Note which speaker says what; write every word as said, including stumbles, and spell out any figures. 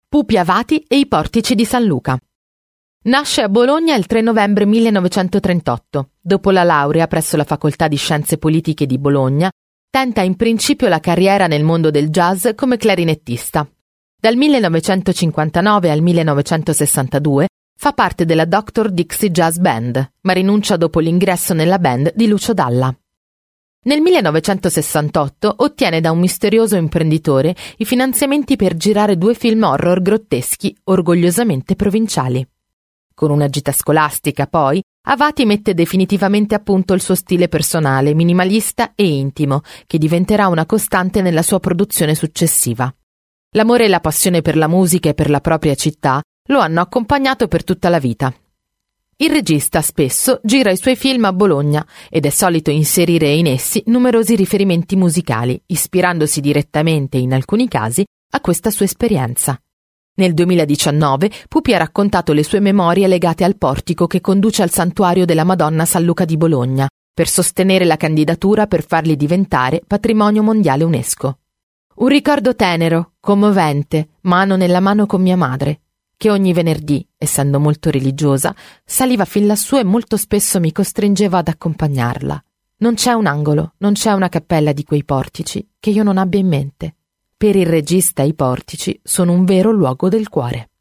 Speaker 1: Pupi Avati e i portici di San Luca. Nasce a Bologna il tre novembre millenovecentotrentotto. Dopo la laurea presso la Facoltà di Scienze Politiche di Bologna, tenta in principio la carriera nel mondo del jazz come clarinettista. Dal millenovecentocinquantanove al millenovecentosessantadue fa parte della Doctor Dixie Jazz Band, ma rinuncia dopo l'ingresso nella band di Lucio Dalla. Nel millenovecentosessantotto ottiene da un misterioso imprenditore i finanziamenti per girare due film horror grotteschi orgogliosamente provinciali. Con una gita scolastica, poi, Avati mette definitivamente a punto il suo stile personale, minimalista e intimo, che diventerà una costante nella sua produzione successiva. L'amore e la passione per la musica e per la propria città lo hanno accompagnato per tutta la vita. Il regista spesso gira i suoi film a Bologna ed è solito inserire in essi numerosi riferimenti musicali, ispirandosi direttamente, in alcuni casi, a questa sua esperienza. Nel duemiladiciannove Pupi ha raccontato le sue memorie legate al portico che conduce al santuario della Madonna San Luca di Bologna, per sostenere la candidatura per farli diventare patrimonio mondiale UNESCO. Un ricordo tenero, commovente, mano nella mano con mia madre, che ogni venerdì, essendo molto religiosa, saliva fin lassù e molto spesso mi costringeva ad accompagnarla. Non c'è un angolo, non c'è una cappella di quei portici che io non abbia in mente. Per il regista i portici sono un vero luogo del cuore.